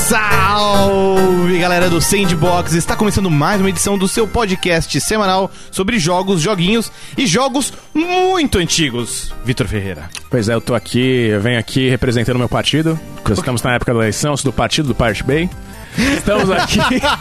Salve, galera do Sandbox! Está começando mais uma edição do seu podcast semanal sobre jogos, joguinhos e jogos muito antigos. Vitor Ferreira. Pois é, eu venho aqui representando meu partido. Estamos na época da eleição, sou do partido do Pirate Bay. Estamos aqui.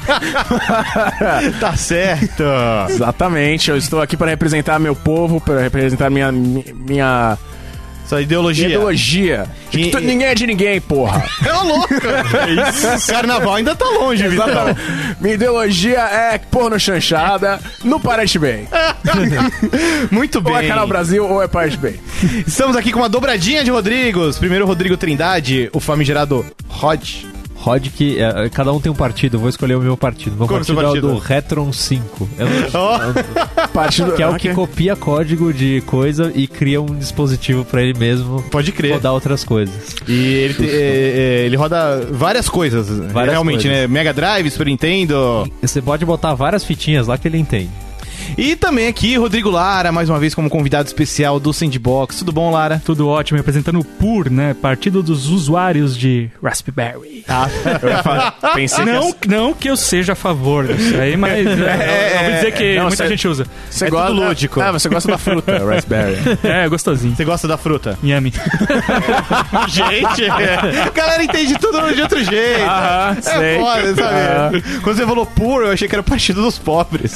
Tá certo. Exatamente, eu estou aqui para representar meu povo, para representar minha sua ideologia. Ninguém é de ninguém, porra. É louco. É isso. Carnaval ainda tá longe, Vitor. Minha ideologia é porno chanchada no Pirate Bay. Muito bem. Ou é Canal Brasil ou é Pirate Bay. Estamos aqui com uma dobradinha de Rodrigos. Primeiro Rodrigo Trindade, o famigerado Rod, que cada um tem um partido, vou escolher o meu partido. Meu partido é o do Retron 5. Partido, que é o que copia código de coisa e cria um dispositivo pra ele mesmo. Pode crer. Rodar outras coisas. E ele roda várias coisas. Realmente, né? Mega Drive, Super Nintendo. Você pode botar várias fitinhas lá que ele entende. E também aqui, Rodrigo Lara, mais uma vez como convidado especial do Sandbox. Tudo bom, Lara? Tudo ótimo, representando o PUR, né? Partido dos Usuários de Raspberry. Pensei não que eu seja a favor disso aí, mas eu vou dizer que muita gente usa. Você gosta tudo lúdico. Você gosta da fruta, Raspberry. É, gostosinho. Você gosta da fruta? Yummy. Gente, a galera entende tudo de outro jeito. Sei. Foda, sabe? Quando você falou PUR, eu achei que era o Partido dos Pobres.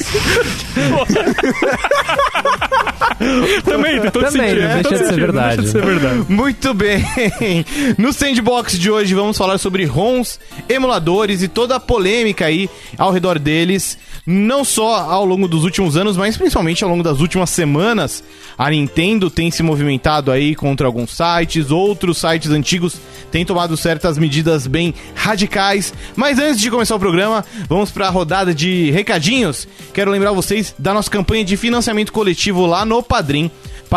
Também, tem todo sentido. Não deixa de ser verdade. Muito bem. No Sandbox de hoje vamos falar sobre ROMs, emuladores e toda a polêmica aí ao redor deles. Não só ao longo dos últimos anos, mas principalmente ao longo das últimas semanas. A Nintendo tem se movimentado aí contra alguns sites, outros sites antigos têm tomado certas medidas bem radicais. Mas antes de começar o programa, vamos para a rodada de recadinhos. Quero lembrar vocês da nossa campanha de financiamento coletivo lá no Padrim,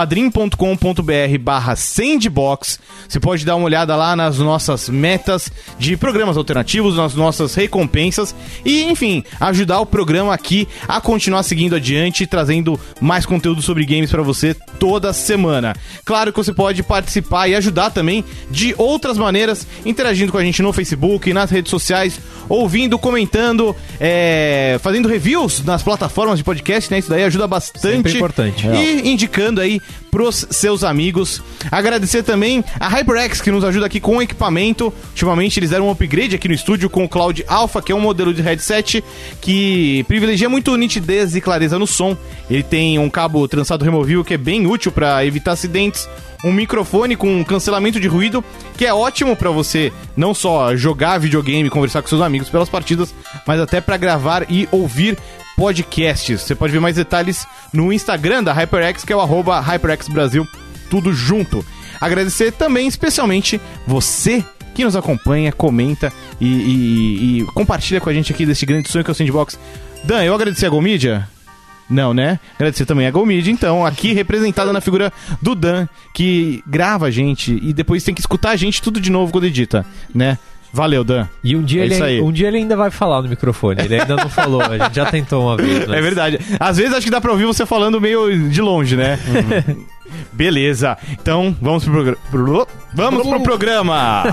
padrim.com.br/Sandbox. Você pode dar uma olhada lá nas nossas metas de programas alternativos, nas nossas recompensas e, enfim, ajudar o programa aqui a continuar seguindo adiante, trazendo mais conteúdo sobre games pra você toda semana. Claro que você pode participar e ajudar também de outras maneiras, interagindo com a gente no Facebook, nas redes sociais, ouvindo, comentando, fazendo reviews nas plataformas de podcast, né? Isso daí ajuda bastante. Sempre importante. E indicando aí pros seus amigos. Agradecer também a HyperX, que nos ajuda aqui com o equipamento. Ultimamente eles deram um upgrade aqui no estúdio com o Cloud Alpha, que é um modelo de headset que privilegia muito nitidez e clareza no som. Ele tem um cabo trançado removível que é bem útil para evitar acidentes, um microfone com cancelamento de ruído, que é ótimo pra você não só jogar videogame e conversar com seus amigos pelas partidas, mas até pra gravar e ouvir podcasts. Você pode ver mais detalhes no Instagram da HyperX, que é o @HyperXBrasil, tudo junto. Agradecer também especialmente você que nos acompanha, comenta e compartilha com a gente aqui deste grande sonho que é o Sandbox. Dan, eu agradecer a GoMedia? Não, né? Agradecer também a GoMedia, então, aqui representada na figura do Dan, que grava a gente e depois tem que escutar a gente tudo de novo quando edita, né? Valeu, Dan. E um dia ele ainda vai falar no microfone. Ele ainda não falou, a gente já tentou uma vez. Mas... É verdade. Às vezes acho que dá pra ouvir você falando meio de longe, né? Beleza. Então, vamos pro programa.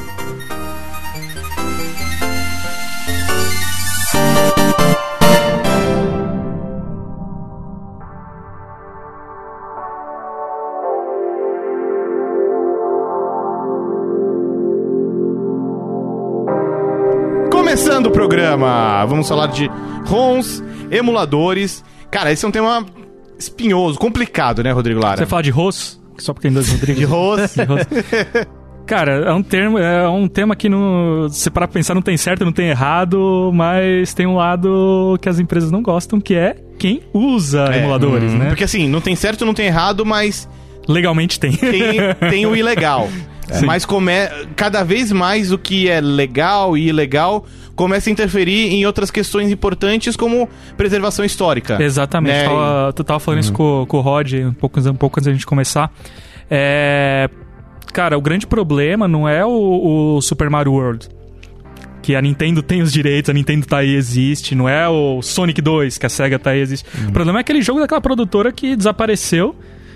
Começando o programa, vamos falar de ROMs, emuladores. Cara, esse é um tema espinhoso, complicado, né, Rodrigo Lara? Você fala de ROS? Só porque tem dois Rodrigos. De ROS. Cara, é um tema que, se parar pra pensar, não tem certo, não tem errado, mas tem um lado que as empresas não gostam, que é quem usa emuladores, né? Porque assim, não tem certo, não tem errado, mas... Legalmente tem. Tem o ilegal. Mas cada vez mais o que é legal e ilegal começa a interferir em outras questões importantes, como preservação histórica. Exatamente. Né? Tu tava falando isso com o Rod um pouco antes da gente começar. Cara, o grande problema não é o Super Mario World, que a Nintendo tem os direitos, a Nintendo tá aí, existe. Não é o Sonic 2, que a SEGA tá aí, existe. O problema é aquele jogo daquela produtora que desapareceu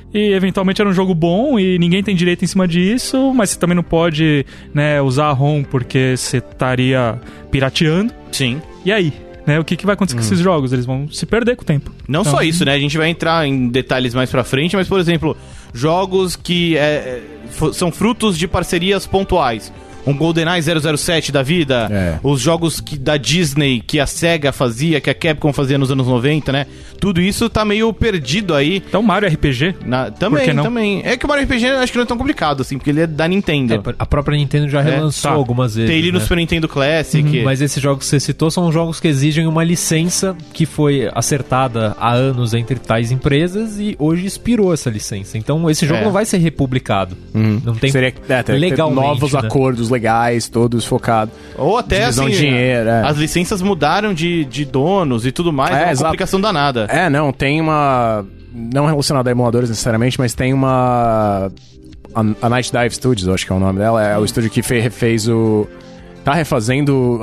e eventualmente era um jogo bom e ninguém tem direito em cima disso, mas você também não pode, né, usar a ROM porque você estaria pirateando. Sim. E aí? Né, o que vai acontecer com esses jogos? Eles vão se perder com o tempo. Não só isso, né? A gente vai entrar em detalhes mais pra frente, mas, por exemplo, jogos que são frutos de parcerias pontuais. Um GoldenEye 007 da vida, os jogos da Disney que a SEGA fazia, que a Capcom fazia nos anos 90, né? Tudo isso tá meio perdido aí. Então Mario RPG? Também. É que o Mario RPG acho que não é tão complicado, assim, porque ele é da Nintendo. A própria Nintendo já relançou algumas vezes. Tem ele no Super Nintendo Classic. Mas esses jogos que você citou são jogos que exigem uma licença que foi acertada há anos entre tais empresas e hoje expirou essa licença. Então esse jogo não vai ser republicado. Não tem legalmente, novos acordos legais, todos focados. Ou até assim, dinheiro, as licenças mudaram de donos e tudo mais, é uma complicação danada. Tem uma... Não relacionada a emuladores necessariamente, mas tem uma... A Night Dive Studios, eu acho que é o nome dela. É o estúdio que refez o... Tá refazendo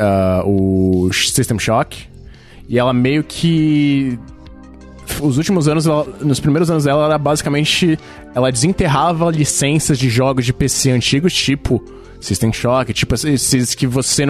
o System Shock. E ela meio que... Os últimos anos, nos primeiros anos dela, ela basicamente... Ela desenterrava licenças de jogos de PC antigos, tipo System Shock, tipo esses que você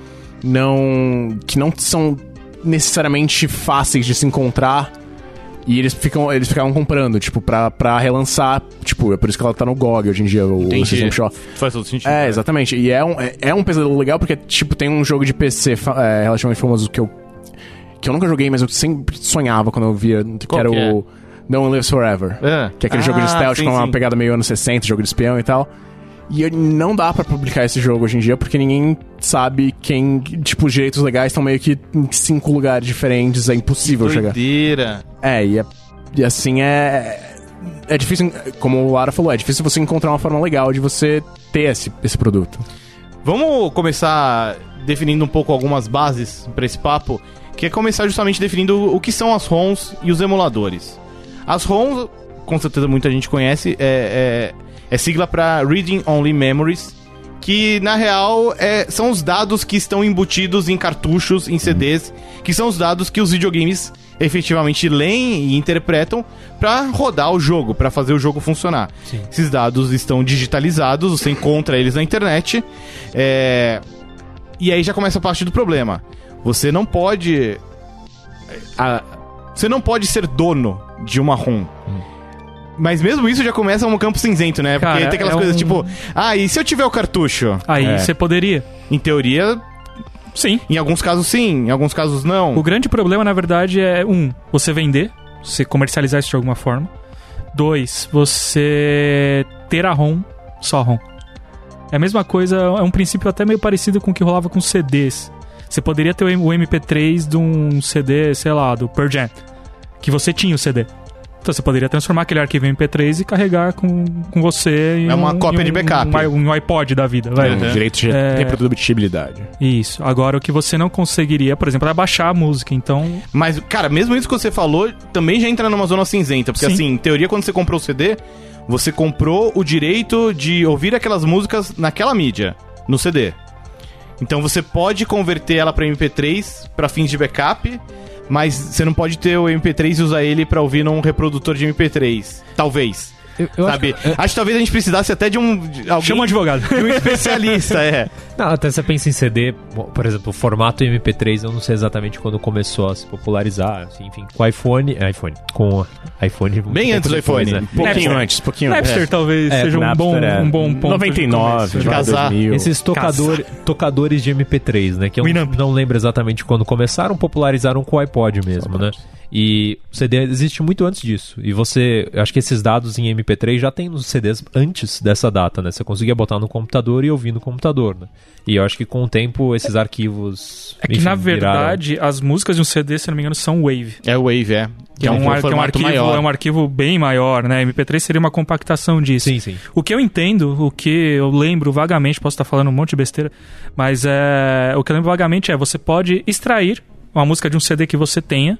que não são necessariamente fáceis de se encontrar. E eles ficavam comprando, tipo, pra relançar. Tipo, é por isso que ela tá no GOG hoje em dia, o System Shock. Faz todo sentido. Exatamente. E é um pesadelo legal, porque, tipo, tem um jogo de PC relativamente famoso que eu nunca joguei, mas eu sempre sonhava quando eu via, que era o No One Lives Forever. Que é aquele jogo de stealth com uma pegada meio anos 60, jogo de espião e tal. E não dá pra publicar esse jogo hoje em dia, porque ninguém sabe quem... Tipo, os direitos legais estão meio que em 5 lugares diferentes, é impossível chegar. Doideira. E assim é difícil, como o Lara falou, é difícil você encontrar uma forma legal de você ter esse produto. Vamos começar definindo um pouco algumas bases pra esse papo, que é começar justamente definindo o que são as ROMs e os emuladores. As ROMs, com certeza muita gente conhece, é sigla para Reading Only Memories, que na real são os dados que estão embutidos em cartuchos, em CDs, que são os dados que os videogames efetivamente leem e interpretam para rodar o jogo, para fazer o jogo funcionar. Sim. Esses dados estão digitalizados, você encontra eles na internet, e aí já começa a parte do problema. Você não pode ser dono de uma ROM. Mas mesmo isso já começa um campo cinzento, né? Porque tem aquelas coisas tipo... e se eu tiver o cartucho? Aí você poderia. Em teoria... Sim. Em alguns casos sim, em alguns casos não. O grande problema, na verdade, é você vender, você comercializar isso de alguma forma. 2, você ter a ROM, só a ROM. É a mesma coisa, é um princípio até meio parecido com o que rolava com CDs. Você poderia ter o MP3 de um CD, sei lá, do Pearl Jam, que você tinha o CD. Então você poderia transformar aquele arquivo em MP3 e carregar com você em uma cópia de backup. Um iPod da vida. Direito de reprodutibilidade. Isso. Agora, o que você não conseguiria, por exemplo, é baixar a música, então... Mas, cara, mesmo isso que você falou, também já entra numa zona cinzenta. Porque, assim, em teoria, quando você comprou o CD, você comprou o direito de ouvir aquelas músicas naquela mídia, no CD. Então você pode converter ela pra MP3 pra fins de backup... Mas você não pode ter o MP3 e usar ele pra ouvir num reprodutor de MP3. Talvez. Sabe? Acho que talvez a gente precisasse até de alguém... Chama um advogado. De um especialista, Não, até você pensa em CD, por exemplo, o formato MP3, eu não sei exatamente quando começou a se popularizar, assim, enfim, com com iPhone... Bem antes do iPhone, né? Pouquinho antes. Napster talvez seja um bom ponto. 99, casar. 2000. Esses tocadores de MP3, né, que eu não lembro exatamente quando começaram, popularizaram com o iPod mesmo, né? E o CD existe muito antes disso. E eu acho que esses dados em MP3 já tem nos CDs antes dessa data, né? Você conseguia botar no computador e ouvir no computador, né? E eu acho que com o tempo esses arquivos... que na verdade as músicas de um CD, se não me engano, são WAV. É Wave, Que é um arquivo maior. É um arquivo bem maior, né? MP3 seria uma compactação disso. Sim. O que eu entendo, o que eu lembro vagamente, posso estar falando um monte de besteira, mas o que eu lembro vagamente você pode extrair uma música de um CD que você tenha,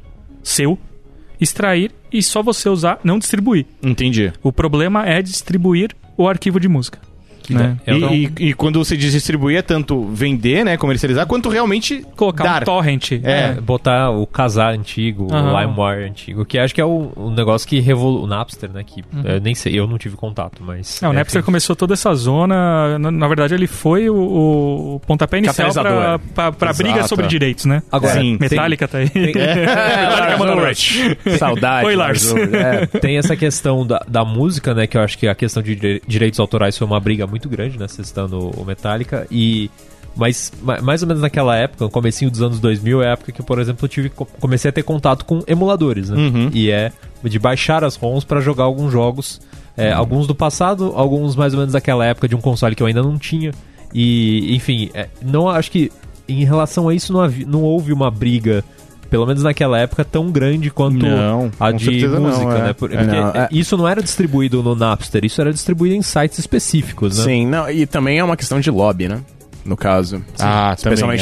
extrair e só você usar, não distribuir. Entendi. O problema é distribuir o arquivo de música. né? E quando você diz distribuir, é tanto vender, né, comercializar, quanto realmente colocar dar. um torrent. Botar o Kazaa antigo, o LimeWire antigo, que acho que é o negócio que o Napster, né, que eu nem sei, eu não tive contato, mas... o Napster começou toda essa zona, na verdade ele foi o pontapé inicial pra briga sobre direitos, né? Agora, sim, Metallica tá aí. Metallica mandou saudade. Oi, Lars. Tem essa questão da música, né, que eu acho que a questão de direitos autorais foi uma briga muito grande, né, citando o Metallica, mas mais ou menos naquela época, no comecinho dos anos 2000, é a época que, por exemplo, eu comecei a ter contato com emuladores, né? E de baixar as ROMs para jogar alguns jogos, alguns do passado, alguns mais ou menos daquela época de um console que eu ainda não tinha. E, enfim, não acho que em relação a isso não houve uma briga, pelo menos naquela época, tão grande quanto a de música, né? Porque isso não era distribuído no Napster, isso era distribuído em sites específicos, né? Sim, e também é uma questão de lobby, né? No caso. Especialmente,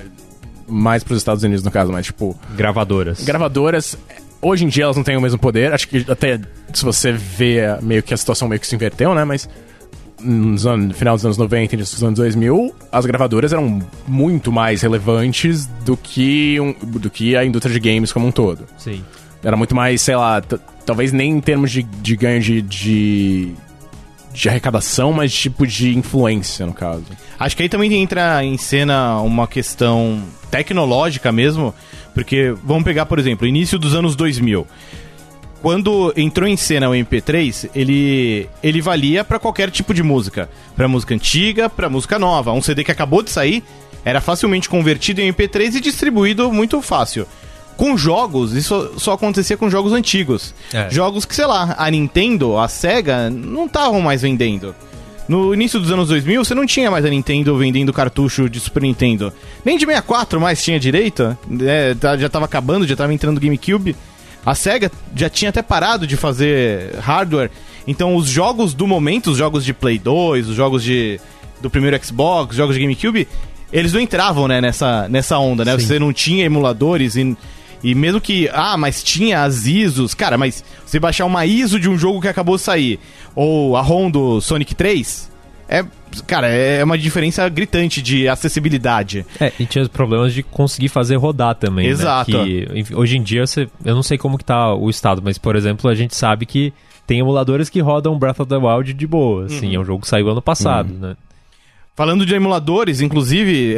mais pros Estados Unidos, no caso, mas, Gravadoras, hoje em dia elas não têm o mesmo poder, acho que até se você vê meio que a situação meio que se inverteu, né? Mas no final dos anos 90 e início dos anos 2000, as gravadoras eram muito mais relevantes do que a indústria de games como um todo. Sim. Era muito mais, sei lá, talvez nem em termos de ganho de arrecadação, mas tipo de influência, no caso. Acho que aí também entra em cena uma questão tecnológica mesmo, porque vamos pegar, por exemplo, início dos anos 2000. Quando entrou em cena o MP3, ele valia pra qualquer tipo de música. Pra música antiga, pra música nova. Um CD que acabou de sair era facilmente convertido em MP3 e distribuído muito fácil. Com jogos, isso só acontecia com jogos antigos. Jogos que, sei lá, a Nintendo, a Sega, não estavam mais vendendo. No início dos anos 2000, você não tinha mais a Nintendo vendendo cartucho de Super Nintendo. Nem de 64 mais tinha direito. Já tava acabando, já tava entrando GameCube. A SEGA já tinha até parado de fazer hardware. Então os jogos do momento, os jogos de Play 2, os jogos do primeiro Xbox, os jogos de GameCube, eles não entravam, né, nessa onda, né? Sim. Você não tinha emuladores e mesmo que... mas tinha as ISOs. Cara, mas você baixar uma ISO de um jogo que acabou de sair, ou a ROM do Sonic 3... Cara, é uma diferença gritante de acessibilidade. E tinha os problemas de conseguir fazer rodar também. Exato. Né? Que, enfim, hoje em dia, eu não sei como que tá o estado, mas, por exemplo, a gente sabe que tem emuladores que rodam Breath of the Wild de boa. Assim, é um jogo que saiu ano passado, né? Falando de emuladores, inclusive,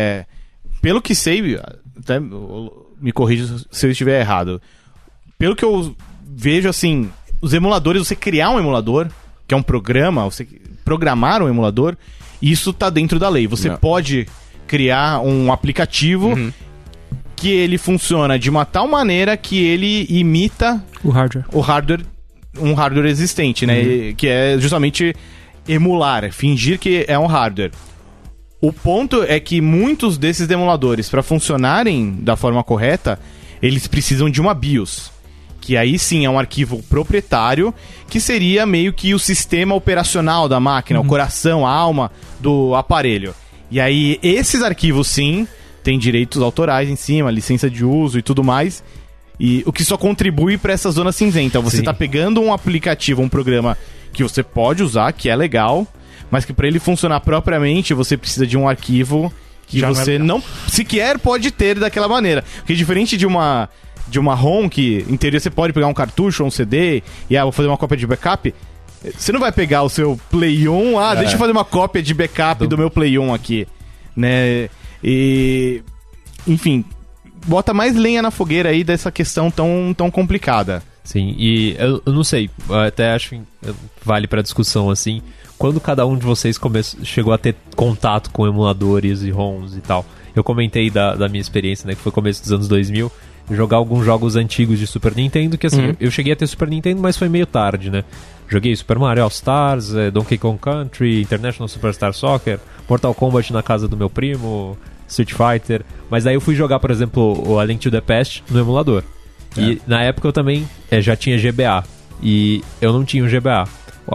pelo que sei, até me corrija se eu estiver errado, pelo que eu vejo, assim, os emuladores, você criar um emulador, que é um programa, você programar um emulador, isso tá dentro da lei. Você pode criar um aplicativo que ele funciona de uma tal maneira que ele imita o hardware, um hardware existente, né? Que é justamente emular, fingir que é um hardware. O ponto é que muitos desses emuladores, para funcionarem da forma correta, eles precisam de uma BIOS. Que aí sim é um arquivo proprietário, que seria meio que o sistema operacional da máquina, o coração, a alma do aparelho. E aí esses arquivos sim têm direitos autorais em cima, licença de uso e tudo mais. E o que só contribui para essa zona cinzenta. Você está pegando um aplicativo, um programa que você pode usar, que é legal, mas que para ele funcionar propriamente você precisa de um arquivo que você não sequer pode ter daquela maneira. Porque diferente de uma ROM, que em teoria você pode pegar um cartucho ou um CD e vou fazer uma cópia de backup, você não vai pegar o seu Play 1, deixa eu fazer uma cópia de backup do meu Play 1 aqui, né? E, enfim, bota mais lenha na fogueira aí dessa questão tão complicada. Sim, e eu não sei, até acho que vale pra discussão assim, quando cada um de vocês chegou a ter contato com emuladores e ROMs e tal. Eu comentei da minha experiência, né, que foi começo dos anos 2000, jogar alguns jogos antigos de Super Nintendo, que assim, eu cheguei a ter Super Nintendo, mas foi meio tarde, né? Joguei Super Mario All-Stars, Donkey Kong Country, International Superstar Soccer, Mortal Kombat na casa do meu primo, Street Fighter, mas daí eu fui jogar, por exemplo, o A Link to the Past no emulador. E na época eu também já tinha GBA, e eu não tinha o GBA.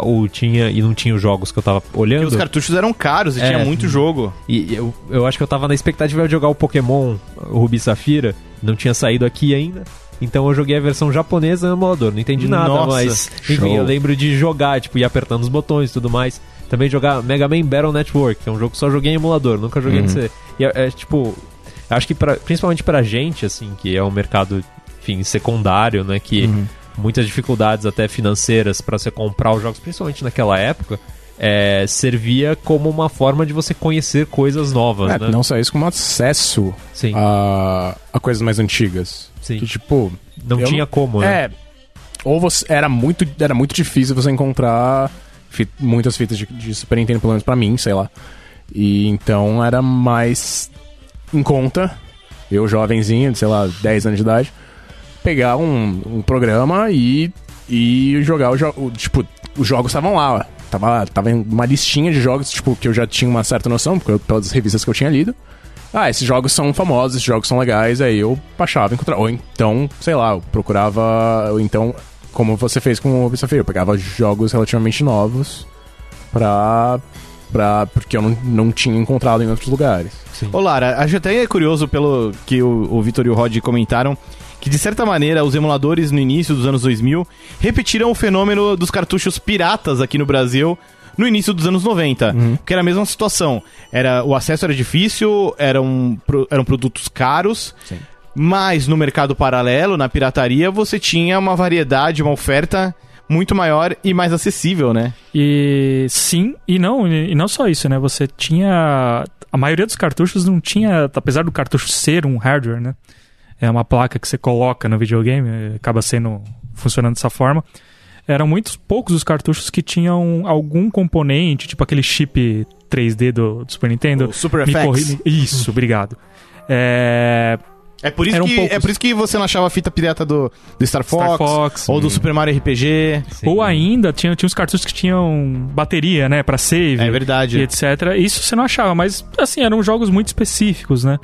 E não tinha os jogos que eu tava olhando. Porque os cartuchos eram caros e tinha muito jogo. E eu acho que eu tava na expectativa de jogar o Pokémon, o Rubi Safira. Não tinha saído aqui ainda. Então eu joguei a versão japonesa no emulador. Não entendi nada, Nossa, mas... Enfim, eu lembro de jogar, tipo, ir apertando os botões e tudo mais. Também jogar Mega Man Battle Network, que é um jogo que só joguei em emulador, nunca joguei no C. E tipo... Acho que principalmente pra gente, assim, que é um mercado, enfim, secundário, né? Que muitas dificuldades até financeiras pra você comprar os jogos, principalmente naquela época, servia como uma forma de você conhecer coisas novas, né? Não só isso, como acesso a coisas mais antigas. Sim. Que, tipo... Não tinha como, né? Ou era muito difícil você encontrar muitas fitas de Super Nintendo, pelo menos pra mim, sei lá. E então era mais em conta, eu jovenzinho, de, sei lá, 10 anos de idade, pegar um programa e jogar o jogo. Tipo, os jogos estavam lá, ó. Tava uma listinha de jogos, tipo, que eu já tinha uma certa noção, pelas revistas que eu tinha lido. Esses jogos são famosos, esses jogos são legais, aí eu baixava e encontrava. Ou então, sei lá, eu procurava... Ou então, como você fez com o Ubisoft, eu pegava jogos relativamente novos porque eu não tinha encontrado em outros lugares. Sim. Ô Lara, acho até curioso pelo que o Vitor e o Rod comentaram, que de certa maneira os emuladores no início dos anos 2000 repetiram o fenômeno dos cartuchos piratas aqui no Brasil no início dos anos 90, porque era a mesma situação. O acesso era difícil, eram produtos caros, sim, mas no mercado paralelo, na pirataria, você tinha uma variedade, uma oferta muito maior e mais acessível, né? E sim, e não só isso, né? Você tinha... A maioria dos cartuchos não tinha, apesar do cartucho ser um hardware, né? É uma placa que você coloca no videogame, acaba funcionando dessa forma. Eram muitos poucos os cartuchos que tinham algum componente, tipo aquele chip 3D do Super Nintendo. O Super FX. Isso, obrigado. É por isso que você não achava a fita pirata do Star Fox ou do Super Mario RPG. Sim. Ou ainda, tinha uns cartuchos que tinham bateria, né, pra save. É verdade. E etc. Isso você não achava, mas, assim, eram jogos muito específicos, né?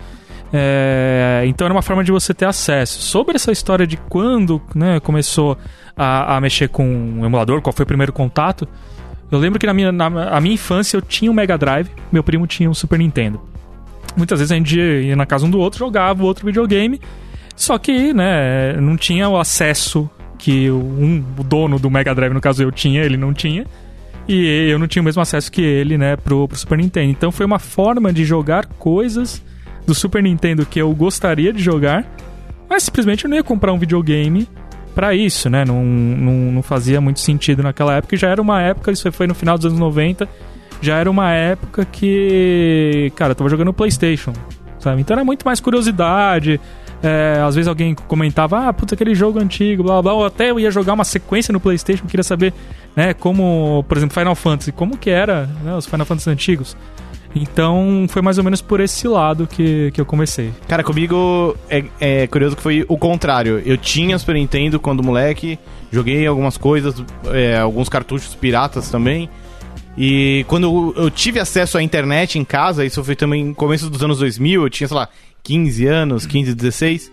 Então era uma forma de você ter acesso. Sobre essa história de quando, né, começou a mexer com um emulador, qual foi o primeiro contato, eu lembro que na minha infância eu tinha um Mega Drive, meu primo tinha um Super Nintendo. Muitas vezes a gente ia na casa um do outro, jogava o outro videogame, só que, né, não tinha o acesso que o dono do Mega Drive, no caso eu tinha, ele não tinha, e eu não tinha o mesmo acesso que ele, né, pro Super Nintendo. Então foi uma forma de jogar coisas do Super Nintendo que eu gostaria de jogar, mas simplesmente eu não ia comprar um videogame pra isso, né, não fazia muito sentido naquela época, e já era uma época, isso foi no final dos anos 90, já era uma época que, cara, eu tava jogando PlayStation, sabe? Então era muito mais curiosidade. Às vezes alguém comentava, puta, aquele jogo antigo, blá, blá, ou até eu ia jogar uma sequência no PlayStation, queria saber, né, como, por exemplo, Final Fantasy, como que era, né, os Final Fantasy antigos. Então foi mais ou menos por esse lado que eu comecei. Cara, comigo é curioso que foi o contrário. Eu tinha Super Nintendo quando moleque, joguei algumas coisas, alguns cartuchos piratas também. E quando eu tive acesso à internet em casa, isso foi também no começo dos anos 2000, eu tinha, sei lá, 15 anos, 15, 16,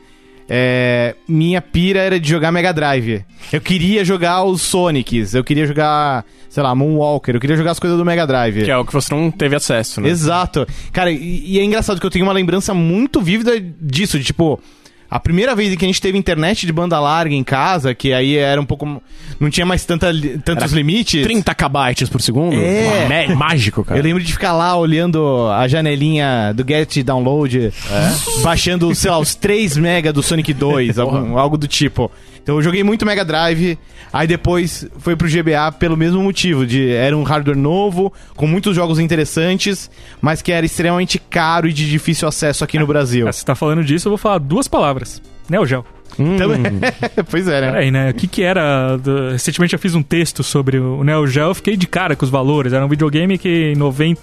minha pira era de jogar Mega Drive. Eu queria jogar os Sonics, eu queria jogar, sei lá, Moonwalker, eu queria jogar as coisas do Mega Drive. Que é o que você não teve acesso, né? Exato. Cara, e é engraçado que eu tenho uma lembrança muito vívida disso, de tipo... A primeira vez que a gente teve internet de banda larga em casa, que aí era um pouco... Não tinha mais tantos limites. 30 KB por segundo? Mágico, cara. Eu lembro de ficar lá olhando a janelinha do Get Download, baixando, sei lá, os 3 mega do Sonic 2, algo do tipo. Então eu joguei muito Mega Drive, aí depois foi pro GBA pelo mesmo motivo, era um hardware novo, com muitos jogos interessantes, mas que era extremamente caro e de difícil acesso aqui no Brasil. Você tá falando disso, eu vou falar 2 palavras. Neo Geo. Pois é, né? O que era... Recentemente eu fiz um texto sobre o Neo Geo, eu fiquei de cara com os valores. Era um videogame que em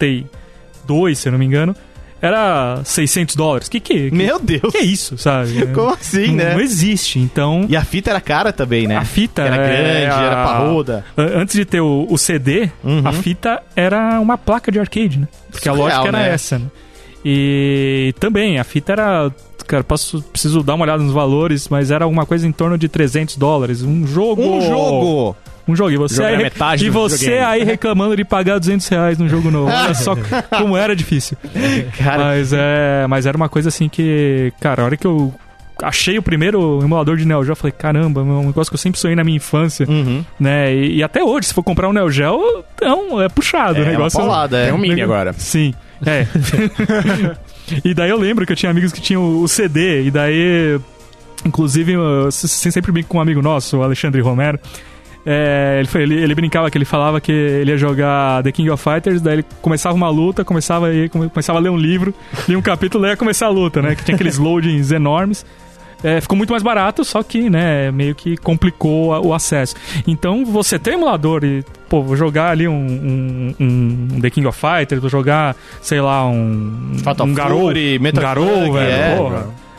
92, se eu não me engano, era $600. Meu Deus! Que é isso, sabe? Como assim, né? Não existe, então... E a fita era cara também, né? A fita... Era grande, era parruda. Antes de ter o CD, a fita era uma placa de arcade, né? Porque surreal, a lógica era essa, né? E também, a fita era... Cara, preciso dar uma olhada nos valores, mas era alguma coisa em torno de $300. Um jogo! E você, aí reclamando de pagar R$200 num jogo novo. Olha só como era difícil. Cara, mas era uma coisa assim que... Cara, a hora que eu achei o primeiro emulador de Neo Geo, falei, caramba, é um negócio que eu sempre sonhei na minha infância, né? E até hoje, se for comprar um Neo Geo, então, é puxado o negócio. É uma paulada, Tem um mini agora. Sim, E daí eu lembro que eu tinha amigos que tinham o CD, e daí, inclusive, eu sempre brinco com um amigo nosso, o Alexandre Romero. Ele brincava que ele falava que ele ia jogar The King of Fighters, daí ele começava uma luta, começava a ler um livro, lia um capítulo e ia começar a luta, né? Que tinha aqueles loadings enormes. Ficou muito mais barato, só que, né, meio que complicou o acesso. Então, você tem emulador e, vou jogar ali um The King of Fighters, vou jogar, sei lá, Fatal Garou, Fury, Metal Garou, Slug, velho, porra.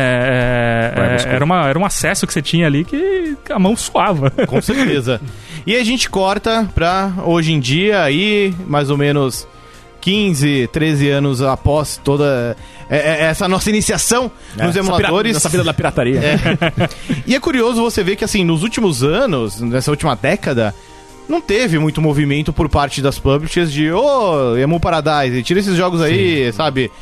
Era um acesso que você tinha ali que a mão suava. Com certeza. E a gente corta pra hoje em dia, aí, mais ou menos 15, 13 anos após toda essa nossa iniciação nos emuladores. Nessa vida da pirataria. E é curioso você ver que, assim, nos últimos anos, nessa última década, não teve muito movimento por parte das publishers de Emu Paradise, tira esses jogos aí, sabe?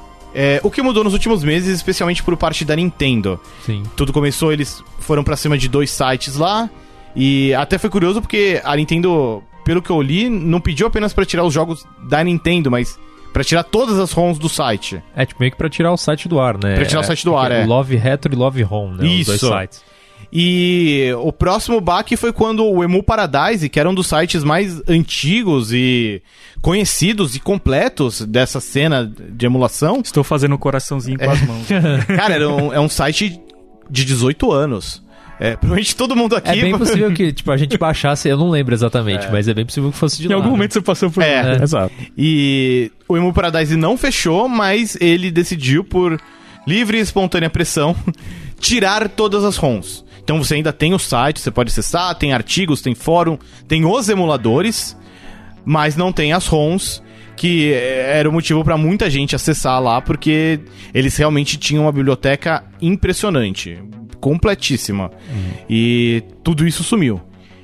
O que mudou nos últimos meses, especialmente por parte da Nintendo. Sim. Tudo começou, eles foram pra cima de 2 sites lá. E até foi curioso porque a Nintendo, pelo que eu li, não pediu apenas pra tirar os jogos da Nintendo, mas pra tirar todas as ROMs do site. Tipo, meio que pra tirar o site do ar, né? Pra tirar o site do ar, Love Retro e Love Home, né? Isso. Os 2 sites. E o próximo baque foi quando o Emu Paradise, que era um dos sites mais antigos e conhecidos e completos dessa cena de emulação... Estou fazendo um coraçãozinho com as mãos. Cara, é um site de 18 anos. Provavelmente todo mundo aqui... É bem possível que a gente baixasse, eu não lembro exatamente, mas é bem possível que fosse de lá. Em algum momento você passou por... Exato. E o Emu Paradise não fechou, mas ele decidiu, por livre e espontânea pressão, tirar todas as ROMs. Então você ainda tem o site, você pode acessar, tem artigos, tem fórum, tem os emuladores, mas não tem as ROMs, que era o motivo para muita gente acessar lá, porque eles realmente tinham uma biblioteca impressionante, completíssima. E tudo isso sumiu.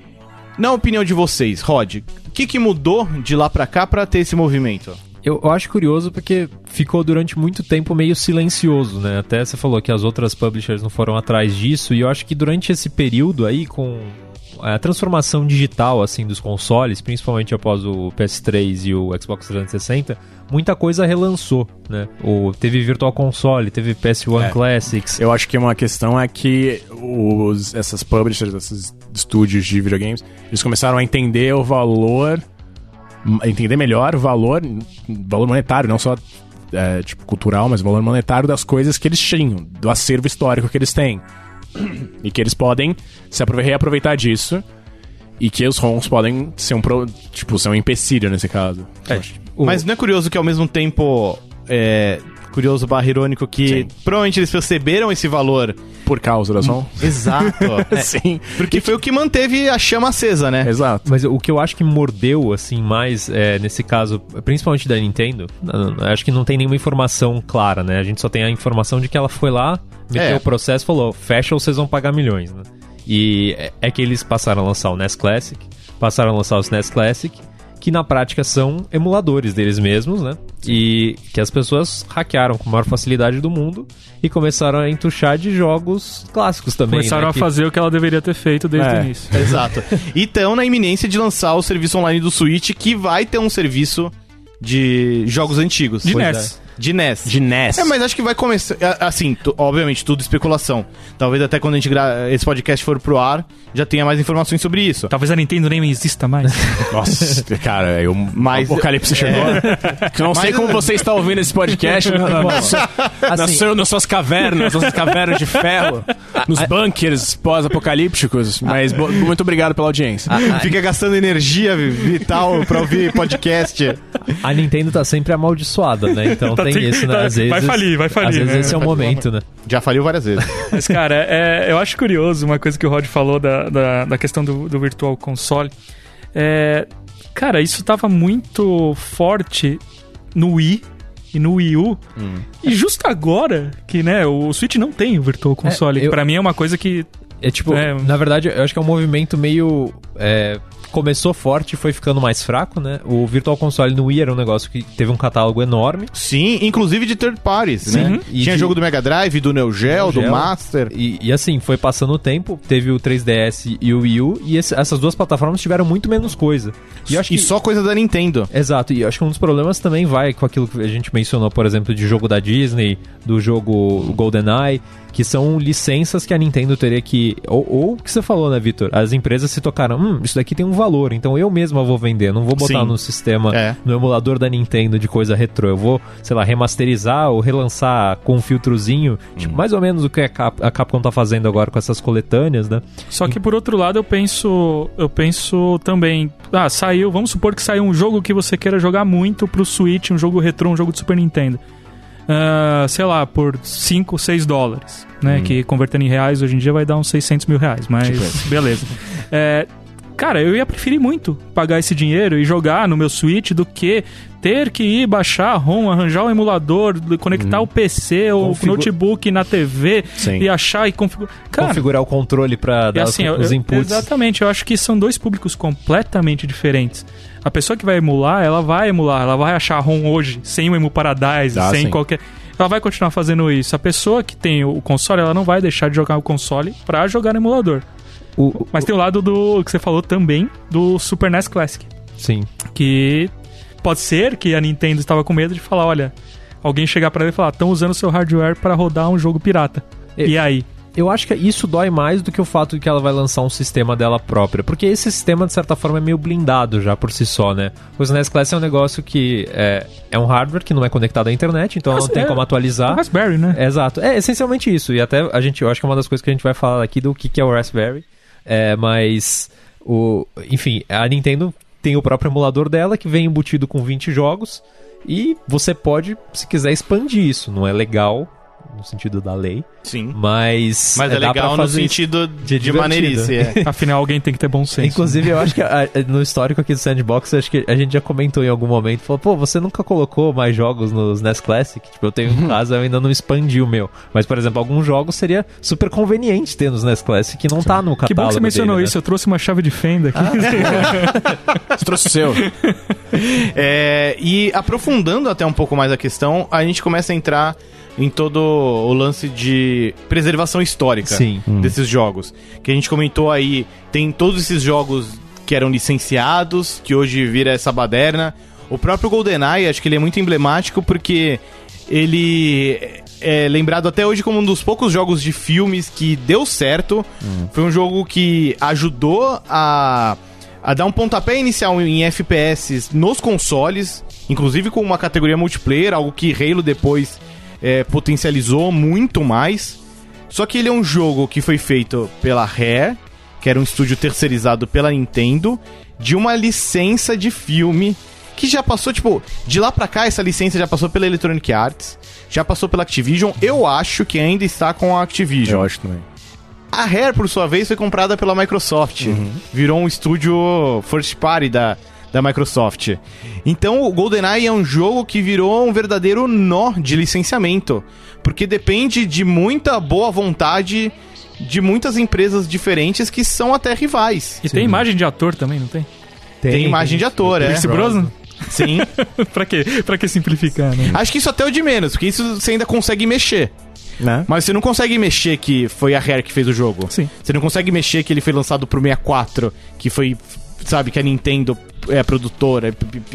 Na opinião de vocês, Rod, o que mudou de lá pra cá pra ter esse movimento? Eu acho curioso porque ficou durante muito tempo meio silencioso, né? Até você falou que as outras publishers não foram atrás disso, e eu acho que durante esse período aí, com a transformação digital, assim, dos consoles, principalmente após o PS3 e o Xbox 360, muita coisa relançou, né? Teve Virtual Console, teve PS1 Classics. Eu acho que uma questão é que essas publishers, esses estúdios de videogames, eles começaram a entender o valor... entender melhor o valor monetário, não só cultural, mas o valor monetário das coisas que eles tinham, do acervo histórico que eles têm. E que eles podem se reaproveitar disso, e que os ROMs podem ser um empecilho nesse caso. Mas não é curioso que ao mesmo tempo... curioso / irônico que provavelmente eles perceberam esse valor por causa da ROM? Exato. Sim. Porque foi o que manteve a chama acesa, né? Exato. Mas o que eu acho que mordeu, assim, mais nesse caso, principalmente da Nintendo, acho que não tem nenhuma informação clara, né? A gente só tem a informação de que ela foi lá, meteu o processo e falou, fecha ou vocês vão pagar milhões, né? E é que eles passaram a lançar o NES Classic, passaram a lançar o SNES Classic, que na prática são emuladores deles mesmos, né? E que as pessoas hackearam com a maior facilidade do mundo e começaram a entuchar de jogos clássicos também. Começaram a fazer o que ela deveria ter feito desde o início. Exato. E estão na iminência de lançar o serviço online do Switch, que vai ter um serviço de jogos antigos. De NES. De NES. De NES. Mas acho que vai começar... Assim, obviamente, tudo especulação. Talvez até quando a gente esse podcast for pro ar, já tenha mais informações sobre isso. Talvez a Nintendo nem exista mais. Nossa, cara, o apocalipse chegou. Não sei como você está ouvindo esse podcast nas suas cavernas, nas suas cavernas de ferro, nos bunkers pós-apocalípticos, mas muito obrigado pela audiência. Fica gastando energia vital pra ouvir podcast. A Nintendo tá sempre amaldiçoada, né? Então tem isso, né? Às vezes, vai falir, às vezes né? esse é o momento, né? Já faliu várias vezes. Mas, cara, eu acho curioso uma coisa que o Rod falou da questão do Virtual Console. Cara, isso tava muito forte no Wii e no Wii U. E justo agora que, né, o Switch não tem o Virtual Console. Pra mim é uma coisa que... na verdade, eu acho que é um movimento meio começou forte e foi ficando mais fraco, né? O Virtual Console no Wii era um negócio que teve um catálogo enorme. Sim, inclusive de third parties, né? E tinha jogo do Mega Drive, do Neo Geo, do Master. E assim, foi passando o tempo, teve o 3DS e o Wii U, e essas duas plataformas tiveram muito menos coisa. E, eu acho que... só coisa da Nintendo. Exato, e eu acho que um dos problemas também vai com aquilo que a gente mencionou, por exemplo, de jogo da Disney, do jogo GoldenEye, que são licenças que a Nintendo teria que... Ou o que você falou, né, Vitor? As empresas se tocaram, isso daqui tem um valor, então eu mesma vou vender, não vou botar no sistema, no emulador da Nintendo de coisa retrô. Eu vou, sei lá, remasterizar ou relançar com um filtrozinho, tipo, mais ou menos o que a Capcom tá fazendo agora com essas coletâneas, né? Só que por outro lado eu penso também, saiu, vamos supor que saiu um jogo que você queira jogar muito pro Switch, um jogo retrô, um jogo de Super Nintendo. Sei lá, por $5, $6, né? Que convertendo em reais hoje em dia vai dar uns R$600 mil, mas beleza. Cara, eu ia preferir muito pagar esse dinheiro e jogar no meu Switch do que ter que ir baixar a ROM, arranjar o emulador, conectar o PC ou o notebook na TV e achar e configurar. Configurar o controle pra dar assim, os inputs. Exatamente, eu acho que são dois públicos completamente diferentes. A pessoa que vai emular, ela vai achar a ROM hoje, sem o Emu Paradise, sem qualquer... Ela vai continuar fazendo isso. A pessoa que tem o console, ela não vai deixar de jogar o console pra jogar no emulador. Mas tem o lado do que você falou também, do Super NES Classic. Sim. Que pode ser que a Nintendo estava com medo de falar, olha, alguém chegar pra ela e falar, estão usando seu hardware pra rodar um jogo pirata. E aí? Eu acho que isso dói mais do que o fato de que ela vai lançar um sistema dela própria. Porque esse sistema, de certa forma, é meio blindado já por si só, né? O SNES Classic é um negócio que é um hardware que não é conectado à internet, então não tem como atualizar. É o Raspberry, né? Exato. É essencialmente isso. E até eu acho que é uma das coisas que a gente vai falar aqui do que é o Raspberry. Mas, enfim, a Nintendo tem o próprio emulador dela, que vem embutido com 20 jogos. E você pode, se quiser, expandir isso. Não é legal no sentido da lei. Sim. Mas é legal no sentido de maneirice. Afinal, alguém tem que ter bom senso. Inclusive, eu acho que no histórico aqui do Sandbox, acho que a gente já comentou em algum momento, falou, pô, você nunca colocou mais jogos nos NES Classic? Tipo, eu tenho em casa, eu ainda não expandi o meu. Mas, por exemplo, alguns jogos seria super conveniente ter nos NES Classic, que não tá no catálogo. Que bom que você mencionou dele, isso, né? Eu trouxe uma chave de fenda aqui. Você trouxe o seu. E aprofundando até um pouco mais a questão, a gente começa a entrar em todo o lance de preservação histórica desses jogos. Que a gente comentou aí, tem todos esses jogos que eram licenciados, que hoje vira essa baderna. O próprio GoldenEye, acho que ele é muito emblemático porque ele é lembrado até hoje como um dos poucos jogos de filmes que deu certo. Foi um jogo que ajudou a dar um pontapé inicial em FPS nos consoles, inclusive com uma categoria multiplayer, algo que Halo depois potencializou muito mais. Só que ele é um jogo que foi feito pela Rare, que era um estúdio terceirizado pela Nintendo, de uma licença de filme que já passou, tipo, de lá pra cá essa licença já passou pela Electronic Arts, já passou pela Activision, eu acho que ainda está com a Activision. Eu acho também. A Rare, por sua vez, foi comprada pela Microsoft, virou um estúdio first party da Microsoft. Então o GoldenEye é um jogo que virou um verdadeiro nó de licenciamento, porque depende de muita boa vontade de muitas empresas diferentes que são até rivais. E tem imagem de ator também, não tem? Tem imagem de ator, Pierce Brosnan? Sim. Pra que simplificar, né? Acho que isso até é o de menos, porque isso você ainda consegue mexer. Né? Mas você não consegue mexer que foi a Rare que fez o jogo. Sim. Você não consegue mexer que ele foi lançado pro 64, que foi, sabe, que a Nintendo é a produtora.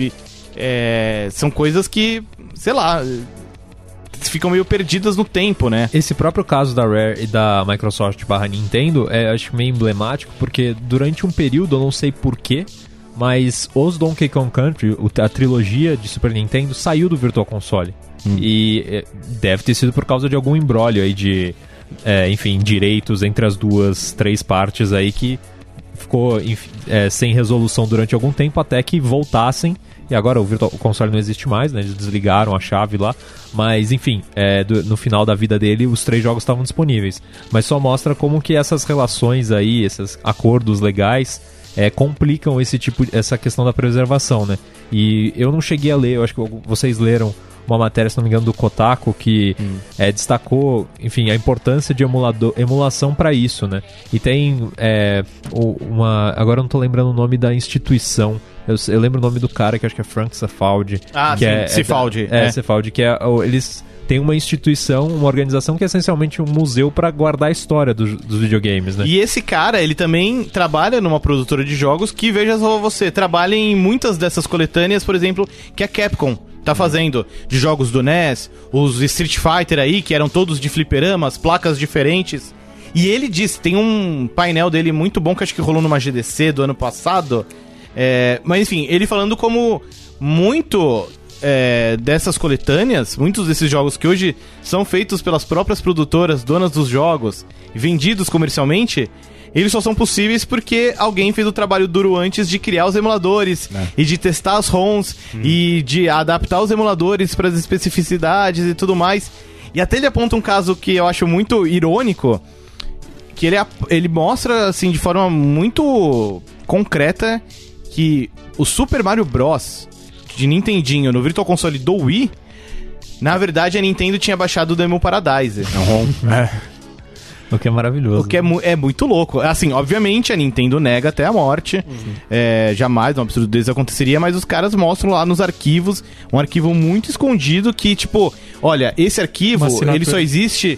São coisas que, sei lá, ficam meio perdidas no tempo, né? Esse próprio caso da Rare e da Microsoft / Nintendo acho meio emblemático, porque durante um período, eu não sei porquê, mas os Donkey Kong Country, a trilogia de Super Nintendo, saiu do Virtual Console. E deve ter sido por causa de algum imbróglio aí de, enfim, direitos entre as três partes aí que ficou sem resolução durante algum tempo até que voltassem. E agora o Virtual Console não existe mais, né? Eles desligaram a chave lá. Mas, enfim, no final da vida dele, os 3 jogos estavam disponíveis. Mas só mostra como que essas relações aí, esses acordos legais, complicam essa questão da preservação, né? E eu não cheguei a ler, eu acho que vocês leram uma matéria, se não me engano, do Kotaku, que destacou, enfim, a importância de emulação para isso, né? E tem agora eu não tô lembrando o nome da instituição. Eu lembro o nome do cara, que acho que é Frank Cifaldi. Cifaldi. Cifaldi, que eles têm uma instituição, uma organização que é essencialmente um museu para guardar a história dos videogames, né? E esse cara, ele também trabalha numa produtora de jogos que, veja só você, trabalha em muitas dessas coletâneas, por exemplo, que a Capcom tá fazendo, de jogos do NES, os Street Fighter aí, que eram todos de fliperamas, placas diferentes. E ele disse, tem um painel dele muito bom, que acho que rolou numa GDC do ano passado. Mas enfim, ele falando como muito dessas coletâneas, muitos desses jogos que hoje são feitos pelas próprias produtoras, donas dos jogos, vendidos comercialmente, eles só são possíveis porque alguém fez o trabalho duro antes de criar os emuladores e de testar as ROMs e de adaptar os emuladores para as especificidades e tudo mais. E até ele aponta um caso que eu acho muito irônico, que ele mostra assim de forma muito concreta que o Super Mario Bros. De Nintendinho no Virtual Console do Wii, na verdade a Nintendo tinha baixado o Demo Paradise. O que é maravilhoso. O que é muito louco. Assim, obviamente a Nintendo nega até a morte. Jamais um absurdo desse aconteceria, mas os caras mostram lá nos arquivos, um arquivo muito escondido que, tipo, olha, esse arquivo, ele só existe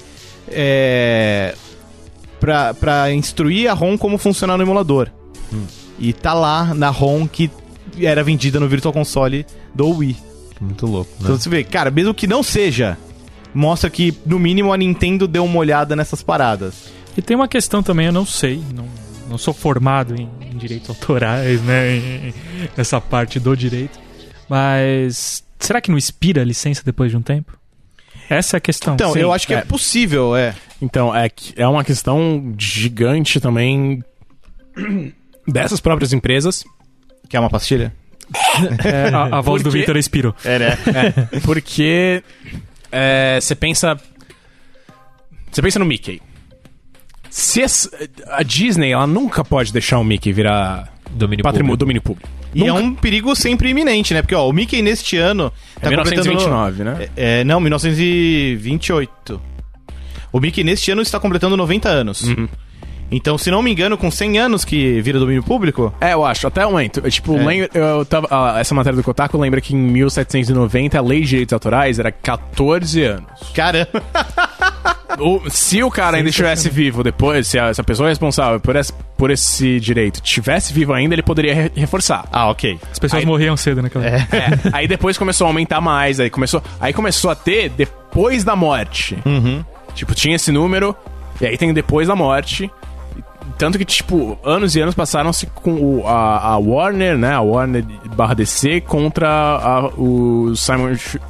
pra instruir a ROM como funcionar no emulador. E tá lá na ROM que era vendida no Virtual Console do Wii. Muito louco, né? Então você vê, cara, mesmo que não seja, mostra que, no mínimo, a Nintendo deu uma olhada nessas paradas. E tem uma questão também, eu não sei, não sou formado em direitos autorais, né, nessa parte do direito, mas será que não expira a licença depois de um tempo? Essa é a questão. Então, sim, eu acho que é possível, Então, é uma questão gigante também dessas próprias empresas. Que é uma pastilha? A voz do Victor expirou. Porque você pensa no Mickey. Se a Disney, ela nunca pode deixar o Mickey virar domínio público. E nunca. É um perigo sempre iminente, né? Porque, o Mickey neste ano tá 1929, né? Não, 1928. O Mickey neste ano está completando 90 anos. Então, se não me engano, com 100 anos que vira domínio público... eu acho, até aumento. Essa matéria do Kotaku lembra que em 1790 a lei de direitos autorais era 14 anos. Caramba! Se o cara ainda estivesse vivo depois, se a pessoa responsável por esse direito estivesse vivo ainda, ele poderia reforçar. Ok. As pessoas morriam cedo naquela época. Aí depois começou a aumentar mais, aí começou a ter depois da morte. Tipo, tinha esse número, e aí tem depois da morte... Tanto que, tipo, anos e anos passaram-se com a Warner, né? A Warner/DC contra o Simon...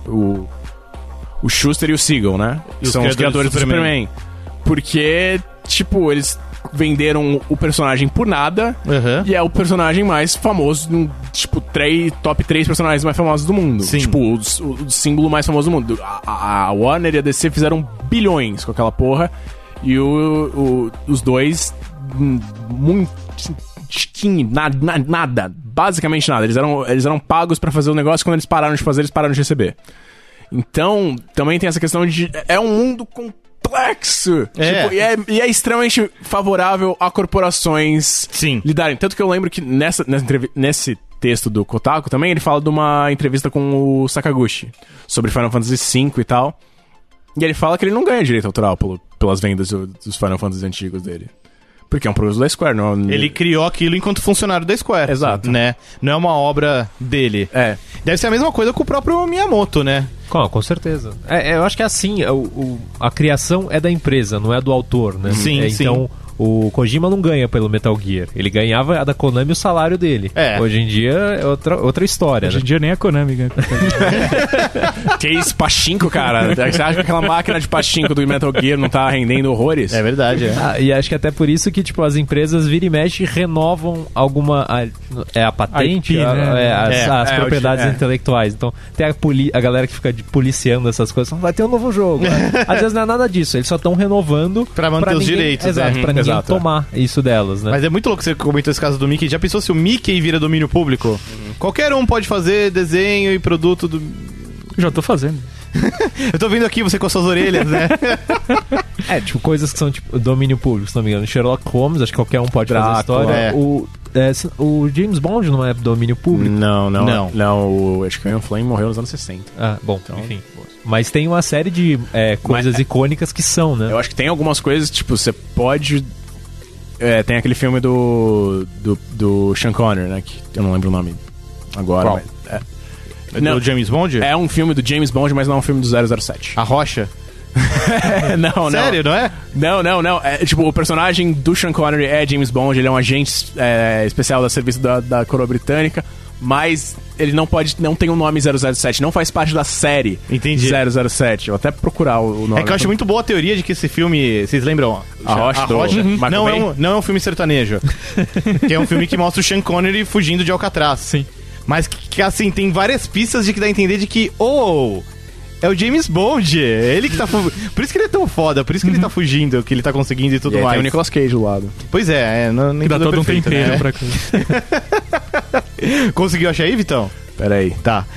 O Schuster e o Siegel, né? E são os criadores do Superman. Porque, tipo, eles venderam o personagem por nada. E é o personagem mais famoso, tipo, top 3 personagens mais famosos do mundo. Sim. Tipo, o símbolo mais famoso do mundo. A Warner e a DC fizeram bilhões com aquela porra. E os dois... muito nada, basicamente nada. Eles eram pagos pra fazer o negócio, quando eles pararam de fazer, eles pararam de receber. Então, também tem essa questão de... É um mundo complexo. Tipo, e é extremamente favorável a corporações lidarem. Tanto que eu lembro que nesse texto do Kotaku também, ele fala de uma entrevista com o Sakaguchi sobre Final Fantasy V e tal. E ele fala que ele não ganha direito autoral pelas vendas dos Final Fantasy antigos dele. Porque é um produto da Square, não... Ele criou aquilo enquanto funcionário da Square. Exato. Né? Não é uma obra dele. Deve ser a mesma coisa com o próprio Miyamoto, né? Com certeza. Eu acho que é assim, a criação é da empresa, não é do autor, né? Sim, então, o Kojima não ganha pelo Metal Gear. Ele ganhava a da Konami o salário dele. Hoje em dia é outra história. Hoje em dia nem a Konami ganha. Que isso, pachinko, cara. Você acha que aquela máquina de pachinko do Metal Gear não tá rendendo horrores? É verdade, e acho que até por isso que, tipo, as empresas vira e mexe renovam alguma... a patente, IP, né? as propriedades intelectuais. Então, tem a galera que fica policiando essas coisas. Vai ter um novo jogo. Às vezes não é nada disso. Eles só estão renovando... Pra manter os direitos. Exato, pra ninguém tomar isso delas, né? Mas é muito louco você comentou esse caso do Mickey. Já pensou se o Mickey vira domínio público? Qualquer um pode fazer desenho e produto Já tô fazendo. Eu tô vendo aqui você com as suas orelhas, né? Tipo, coisas que são, tipo, domínio público, se não me engano. Sherlock Holmes, acho que qualquer um pode fazer a história. É. O James Bond não é domínio público? Não, acho que o Ian Fleming morreu nos anos 60. Ah, bom, então, enfim. Mas tem uma série de coisas icônicas que são, né? Eu acho que tem algumas coisas, tipo, você pode... tem aquele filme do Sean Connery, né? Que eu não lembro o nome agora. Qual? Mas, não, do James Bond? É um filme do James Bond, mas não é um filme do 007. A Rocha? Não. Sério, não é? Não. Tipo, o personagem do Sean Connery é James Bond, ele é um agente especial da serviço da coroa britânica, mas ele não tem o nome 007, não faz parte da série. Entendi. 007. Vou até procurar o nome. É que eu acho muito boa a teoria de que esse filme... Vocês lembram? A Rocha não é um filme sertanejo. Que é um filme que mostra o Sean Connery fugindo de Alcatraz. Sim. Mas que assim, tem várias pistas de que dá a entender de que... é o James Bond. Ele que tá... Por isso que ele é tão foda. Por isso que ele tá fugindo, que ele tá conseguindo e tudo mais. Tem o Nicolas Cage do lado. Pois nem dá todo perfeito, um tempero né? pra coisa. Conseguiu achar aí, Vitão? Pera aí. Tá.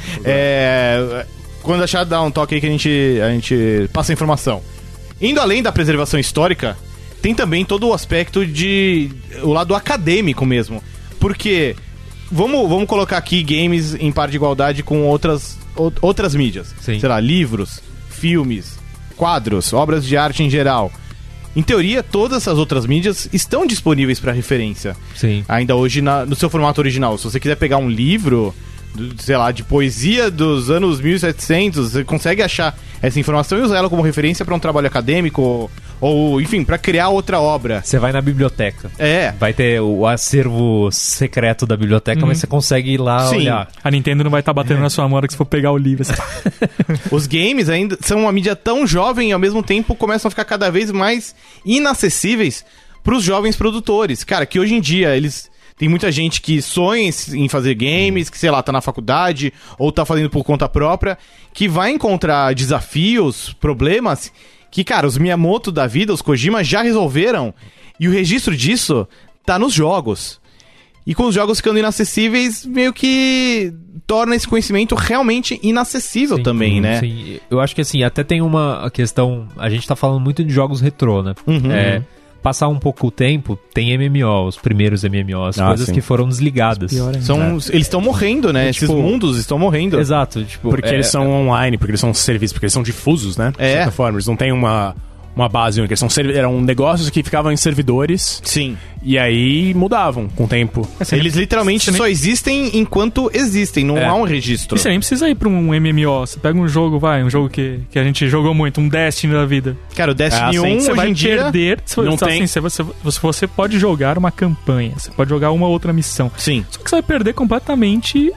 Quando achar, dá um toque aí que a gente passa a informação. Indo além da preservação histórica, tem também todo o aspecto o lado acadêmico mesmo. Porque... Vamos colocar aqui games em par de igualdade com outras mídias. Sim. Sei lá, livros, filmes, quadros, obras de arte em geral. Em teoria, todas essas outras mídias estão disponíveis para referência. Sim. Ainda hoje no seu formato original. Se você quiser pegar um livro, sei lá, de poesia dos anos 1700, você consegue achar essa informação e usar ela como referência para um trabalho acadêmico ou enfim, para criar outra obra. Você vai na biblioteca. É. Vai ter o acervo secreto da biblioteca, mas você consegue ir lá olhar. A Nintendo não vai estar batendo na sua mão que se for pegar o livro. Os games ainda são uma mídia tão jovem e ao mesmo tempo começam a ficar cada vez mais inacessíveis para os jovens produtores. Cara, que hoje em dia tem muita gente que sonha em fazer games, que, sei lá, tá na faculdade ou tá fazendo por conta própria, que vai encontrar desafios, problemas que, cara, os Miyamoto da vida, os Kojima já resolveram, e o registro disso tá nos jogos. E com os jogos ficando inacessíveis, meio que torna esse conhecimento realmente inacessível também, né? Sim, eu acho que assim, até tem uma questão, a gente tá falando muito de jogos retrô, né? Passar um pouco o tempo, tem MMO, os primeiros MMOs, coisas que foram desligadas. Eles estão morrendo, né? Esses mundos estão morrendo. Exato. Tipo, porque eles são online, porque eles são serviços, porque eles são difusos, né? De certa forma, eles não têm uma base única. Eram negócios que ficavam em servidores. Sim. E aí mudavam com o tempo. Eles literalmente só existem enquanto existem, não há um registro. E você nem precisa ir pra um MMO. Você pega um jogo, um jogo que a gente jogou muito, um Destiny da vida. Cara, o Destiny 1 você hoje vai em dia... perder... Você pode jogar uma campanha, você pode jogar uma outra missão. Sim. Só que você vai perder completamente...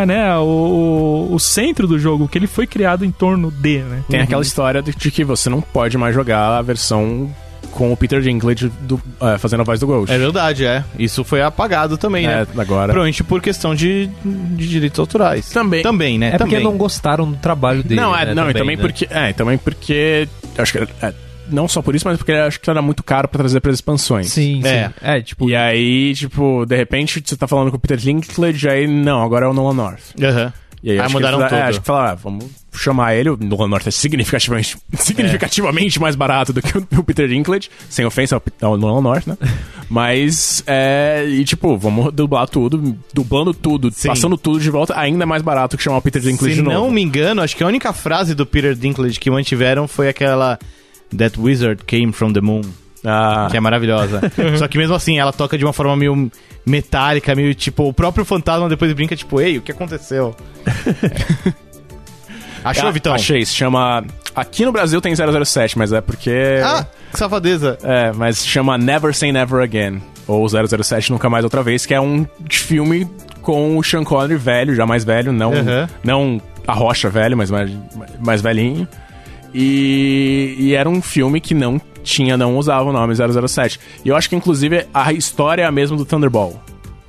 o centro do jogo, que ele foi criado em torno de, né? Tem aquela história de que você não pode mais jogar a versão com o Peter Dinklage fazendo a voz do Ghost. É verdade, Isso foi apagado também, né? Agora. Provavelmente por questão de direitos autorais. Também, né? Porque não gostaram do trabalho dele. Também porque acho que não só por isso, mas porque acho que era muito caro pra trazer para as expansões. Sim. E aí, de repente, você tá falando com o Peter Dinklage, aí, não, agora é o Nolan North. E aí mudaram tudo. Acho que falaram, vamos chamar ele, o Nolan North é significativamente mais barato do que o Peter Dinklage, sem ofensa ao Nolan North, né? Mas, vamos dublar tudo, dublando tudo, passando tudo de volta, ainda mais barato que chamar o Peter Dinklage de novo. Se não me engano, acho que a única frase do Peter Dinklage que mantiveram foi aquela... That wizard came from the moon. Que é maravilhosa. Só que mesmo assim, ela toca de uma forma meio metálica, meio tipo... O próprio fantasma depois brinca, tipo... Ei, o que aconteceu? Achou, Vitão? Achei, se chama... Aqui no Brasil tem 007, mas é porque... Que safadeza. Mas se chama Never Say Never Again. Ou 007 Nunca Mais Outra Vez, que é um filme com o Sean Connery velho, já mais velho. Não a Rocha velho, mas mais velhinho. E era um filme que não usava o nome 007. E eu acho que, inclusive, a história é a mesma do Thunderball.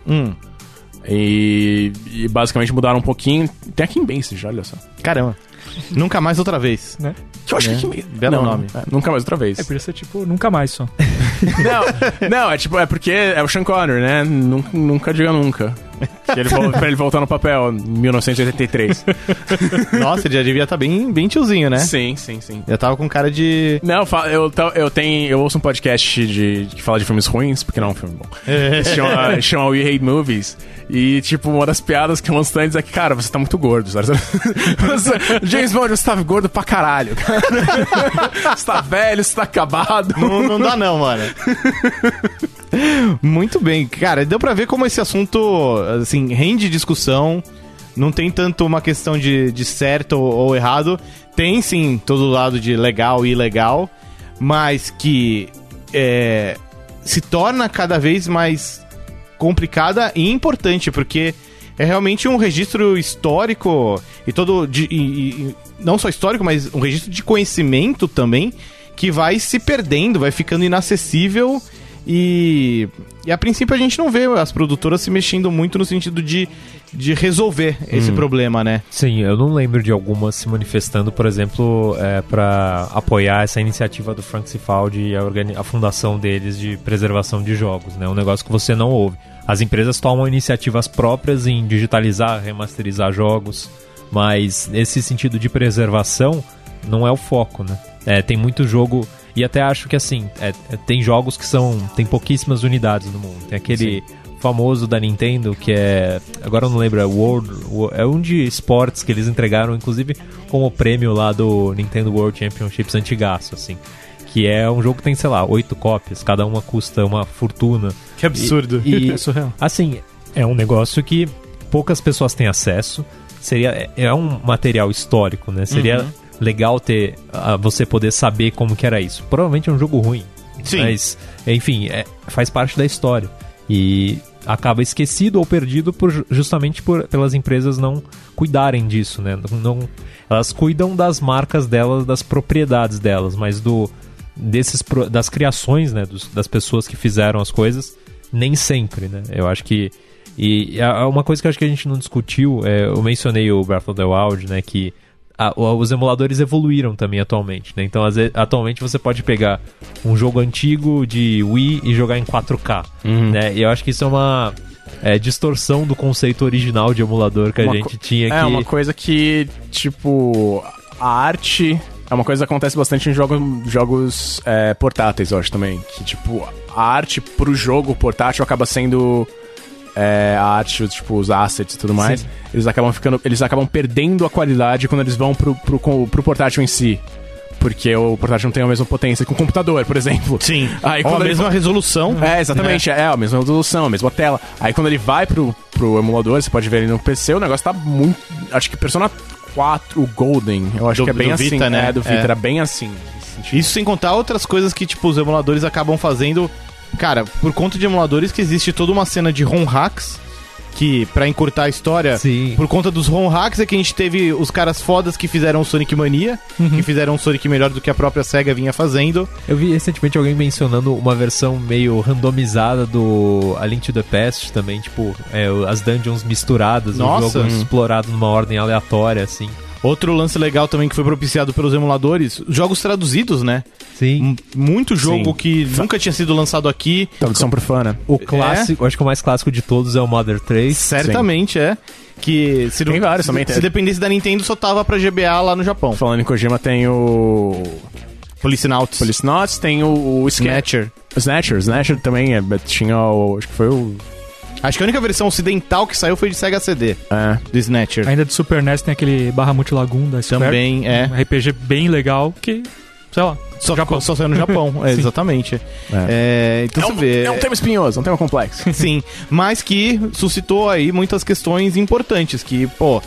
E basicamente mudaram um pouquinho. Tem a Kim Basinger, olha só. Caramba. Nunca Mais Outra Vez. Né? Eu acho que belo nome. Nunca Mais Outra Vez. Podia ser tipo, nunca mais só. Não, é porque é o Sean Connery, né? Nunca diga nunca. Pra ele voltar no papel, em 1983. Nossa, ele já devia estar bem tiozinho, né? Sim. Já tava com cara de... Não, eu ouço um podcast que fala de filmes ruins, porque não é um filme bom. Chama We Hate Movies. E, tipo, uma das piadas que eu lanço antes é que, cara, você tá muito gordo, sabe? James Bond, você tá gordo pra caralho, cara. Você tá velho, você tá acabado. Não dá não, mano. Muito bem, cara, deu pra ver como esse assunto, assim, rende discussão. Não tem tanto uma questão de certo ou errado. Tem, sim, todo lado de legal e ilegal, mas que se torna cada vez mais complicada e importante, porque é realmente um registro histórico e não só histórico, mas um registro de conhecimento também, que vai se perdendo, vai ficando inacessível. E a princípio a gente não vê as produtoras se mexendo muito no sentido de resolver esse problema, né? Sim, eu não lembro de alguma se manifestando, por exemplo, para apoiar essa iniciativa do Frank Cifaldi e a fundação deles de preservação de jogos, né? Um negócio que você não ouve. As empresas tomam iniciativas próprias em digitalizar, remasterizar jogos, mas esse sentido de preservação não é o foco, né? Tem muito jogo... E até acho que, assim, tem jogos que tem pouquíssimas unidades no mundo. Tem aquele famoso da Nintendo, que agora eu não lembro, é um de esportes que eles entregaram, inclusive, como prêmio lá do Nintendo World Championships antigaço, assim. Que é um jogo que tem, sei lá, 8 cópias, cada uma custa uma fortuna. Que absurdo. É surreal. Assim, é um negócio que poucas pessoas têm acesso. É um material histórico, né? Seria... legal ter você poder saber como que era isso. Provavelmente é um jogo ruim. Sim. Mas, enfim, faz parte da história. E acaba esquecido ou perdido justamente pelas empresas não cuidarem disso, né? Elas cuidam das marcas delas, das propriedades delas, mas das criações, né? Das pessoas que fizeram as coisas, nem sempre, né? Eu acho que... E uma coisa que eu acho que a gente não discutiu, eu mencionei o Breath of the Wild, né? Que os emuladores evoluíram também atualmente, né? Então, atualmente você pode pegar um jogo antigo de Wii e jogar em 4K, né? E eu acho que isso é uma distorção do conceito original de emulador que a gente tinha aqui. É uma coisa que, tipo, a arte é uma coisa que acontece bastante em jogos portáteis, eu acho também. Que, tipo, a arte pro jogo portátil acaba sendo... a arte, tipo, os assets e tudo mais, eles acabam perdendo a qualidade quando eles vão pro portátil em si. Porque o portátil não tem a mesma potência que um computador, por exemplo. Sim. Aí, ou a mesma resolução. Exatamente. Né? A mesma resolução, a mesma tela. Aí quando ele vai pro emulador, você pode ver ele no PC, o negócio tá muito... Acho que Persona 4, o Golden, eu acho que é bem assim. Vita, né? Do Vita, era bem assim. Isso sem contar outras coisas que, tipo, os emuladores acabam fazendo... Cara, por conta de emuladores que existe toda uma cena de ROM hacks, que pra encurtar a história, por conta dos ROM hacks é que a gente teve os caras fodas que fizeram o Sonic Mania, que fizeram um Sonic melhor do que a própria SEGA vinha fazendo. Eu vi recentemente alguém mencionando uma versão meio randomizada do A Link to the Past também, tipo, as dungeons misturadas, o jogo explorado numa ordem aleatória, assim. Outro lance legal também que foi propiciado pelos emuladores, jogos traduzidos, né? Sim. Muito jogo que nunca tinha sido lançado aqui. Tradução pro fã, né? O clássico, acho que o mais clássico de todos é o Mother 3. Certamente, que se tem vários também. Se dependesse da Nintendo, só tava pra GBA lá no Japão. Falando em Kojima, tem o... Policenauts, tem o Snatcher. Snatcher também tinha acho que foi o... Acho que a única versão ocidental que saiu foi de Sega CD. Do Snatcher. Ainda de Super NES tem aquele Bahamut Lagoon da Square. Também, Um RPG bem legal que, sei lá, só saiu no Japão. Exatamente. Então você vê... É um tema espinhoso, um tema complexo. Sim, mas que suscitou aí muitas questões importantes que, pô...